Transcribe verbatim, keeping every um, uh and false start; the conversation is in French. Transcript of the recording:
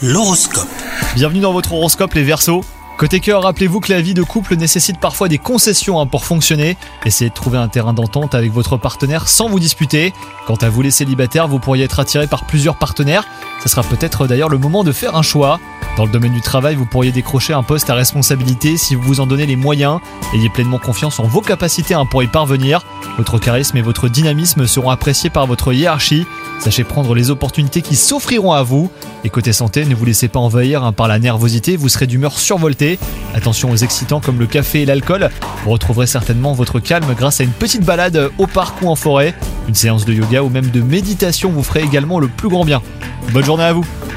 L'horoscope. Bienvenue dans votre horoscope les Verseaux. Côté cœur, rappelez-vous que la vie de couple nécessite parfois des concessions hein, pour fonctionner. Essayez de trouver un terrain d'entente avec votre partenaire sans vous disputer. Quant à vous les célibataires, vous pourriez être attirés par plusieurs partenaires. Ça sera peut-être d'ailleurs le moment de faire un choix. Dans le domaine du travail, vous pourriez décrocher un poste à responsabilité si vous vous en donnez les moyens. Ayez pleinement confiance en vos capacités hein, pour y parvenir. Votre charisme et votre dynamisme seront appréciés par votre hiérarchie. Sachez prendre les opportunités qui s'offriront à vous. Et côté santé, ne vous laissez pas envahir hein, par la nervosité, vous serez d'humeur survoltée. Attention aux excitants comme le café et l'alcool. Vous retrouverez certainement votre calme grâce à une petite balade au parc ou en forêt. Une séance de yoga ou même de méditation vous ferait également le plus grand bien. Bonne journée à vous!